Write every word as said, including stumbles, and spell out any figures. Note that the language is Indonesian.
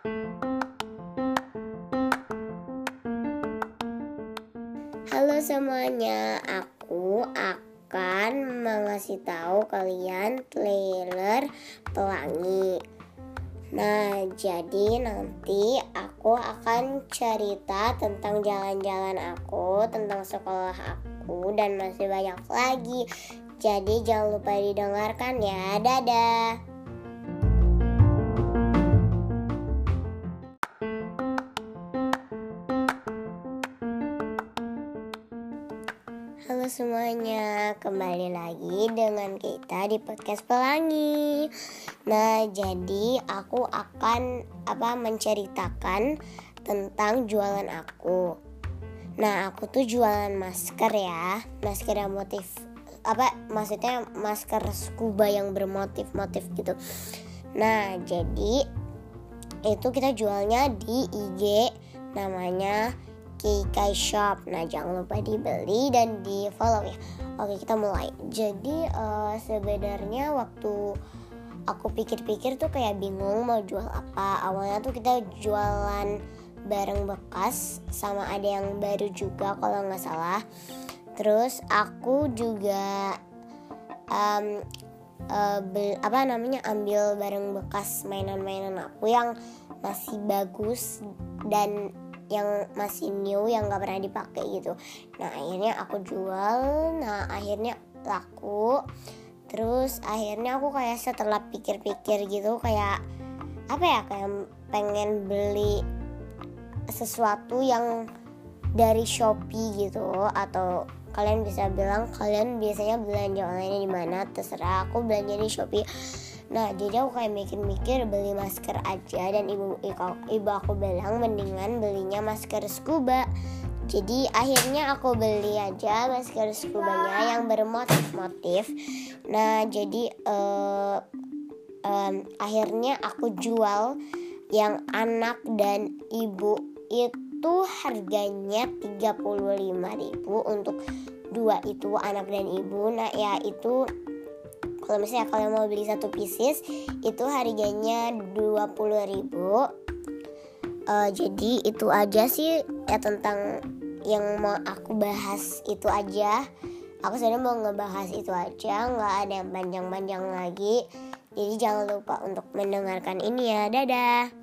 Halo semuanya, aku akan mengasih tahu kalian trailer Pelangi. Nah, jadi nanti aku akan cerita tentang jalan-jalan aku, tentang sekolah aku, dan masih banyak lagi. Jadi jangan lupa didengarkan ya. Dadah. Halo semuanya, kembali lagi dengan kita di podcast Pelangi. Nah, jadi aku akan apa menceritakan tentang jualan aku. Nah, aku tuh jualan masker ya, masker yang motif apa maksudnya masker scuba yang bermotif-motif gitu. Nah, jadi itu kita jualnya di I G namanya Kikai Shop. Nah, jangan lupa dibeli dan di follow ya. Oke, kita mulai. Jadi uh, sebenarnya waktu aku pikir-pikir tuh kayak bingung mau jual apa. Awalnya tuh kita jualan barang bekas sama ada yang baru juga kalau nggak salah. Terus aku juga um, uh, be, apa namanya ambil barang bekas mainan-mainan aku yang masih bagus dan yang masih new, yang gak pernah dipakai gitu. Nah, akhirnya aku jual. Nah, akhirnya laku. Terus akhirnya aku kayak setelah pikir-pikir gitu, kayak apa ya, kayak pengen beli sesuatu yang dari Shopee gitu. Atau kalian bisa bilang kalian biasanya belanja online di mana, terserah. Aku belanja di Shopee. Nah, jadi aku kayak mikir-mikir beli masker aja, dan ibu ibu aku bilang mendingan belinya masker scuba. Jadi akhirnya aku beli aja masker scubanya yang bermotif-motif. Nah, jadi uh, um, akhirnya aku jual yang anak dan ibu itu harganya tiga puluh lima ribu untuk dua itu, anak dan ibu. Nah, ya itu kalau misalnya kalian mau beli satu pieces itu harganya dua puluh ribu. Uh, jadi itu aja sih ya tentang yang mau aku bahas, itu aja. Aku sebenarnya mau ngebahas itu aja, nggak ada yang panjang-panjang lagi. Jadi jangan lupa untuk mendengarkan ini ya. Dadah.